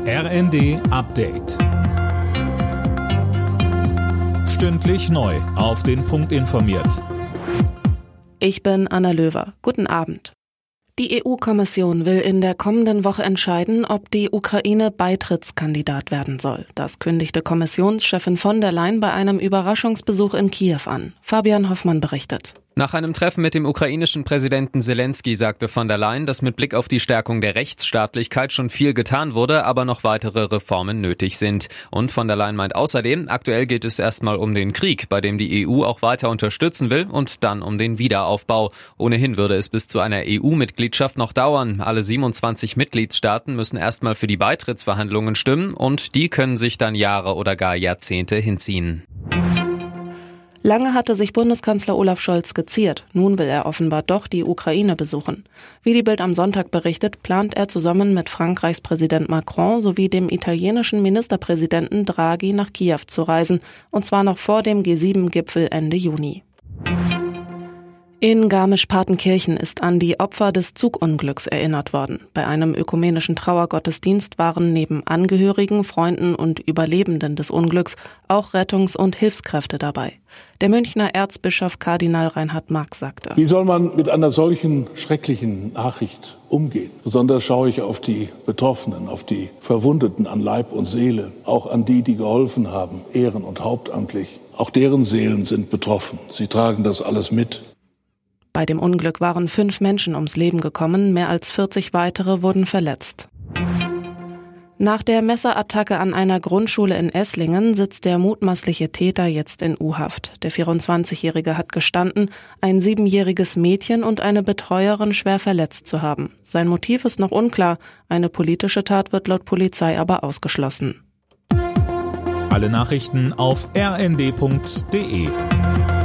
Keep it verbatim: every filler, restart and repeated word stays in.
R N D Update. Stündlich neu auf den Punkt informiert. Ich bin Anna Löwer. Guten Abend. Die E U-Kommission will in der kommenden Woche entscheiden, ob die Ukraine Beitrittskandidat werden soll. Das kündigte Kommissionschefin von der Leyen bei einem Überraschungsbesuch in Kiew an. Fabian Hoffmann berichtet. Nach einem Treffen mit dem ukrainischen Präsidenten Zelensky sagte von der Leyen, dass mit Blick auf die Stärkung der Rechtsstaatlichkeit schon viel getan wurde, aber noch weitere Reformen nötig sind. Und von der Leyen meint außerdem, aktuell geht es erstmal um den Krieg, bei dem die E U auch weiter unterstützen will, und dann um den Wiederaufbau. Ohnehin würde es bis zu einer E U-Mitgliedschaft noch dauern. Alle siebenundzwanzig Mitgliedstaaten müssen erstmal für die Beitrittsverhandlungen stimmen, und die können sich dann Jahre oder gar Jahrzehnte hinziehen. Lange hatte sich Bundeskanzler Olaf Scholz geziert. Nun will er offenbar doch die Ukraine besuchen. Wie die Bild am Sonntag berichtet, plant er zusammen mit Frankreichs Präsident Macron sowie dem italienischen Ministerpräsidenten Draghi nach Kiew zu reisen, und zwar noch vor dem G sieben Gipfel Ende Juni. In Garmisch-Partenkirchen ist an die Opfer des Zugunglücks erinnert worden. Bei einem ökumenischen Trauergottesdienst waren neben Angehörigen, Freunden und Überlebenden des Unglücks auch Rettungs- und Hilfskräfte dabei. Der Münchner Erzbischof Kardinal Reinhard Marx sagte: Wie soll man mit einer solchen schrecklichen Nachricht umgehen? Besonders schaue ich auf die Betroffenen, auf die Verwundeten an Leib und Seele, auch an die, die geholfen haben, ehren- und hauptamtlich. Auch deren Seelen sind betroffen. Sie tragen das alles mit. Bei dem Unglück waren fünf Menschen ums Leben gekommen, mehr als vierzig weitere wurden verletzt. Nach der Messerattacke an einer Grundschule in Esslingen sitzt der mutmaßliche Täter jetzt in U-Haft. Der vierundzwanzigjährige hat gestanden, ein siebenjähriges Mädchen und eine Betreuerin schwer verletzt zu haben. Sein Motiv ist noch unklar, eine politische Tat wird laut Polizei aber ausgeschlossen. Alle Nachrichten auf r n d punkt d e.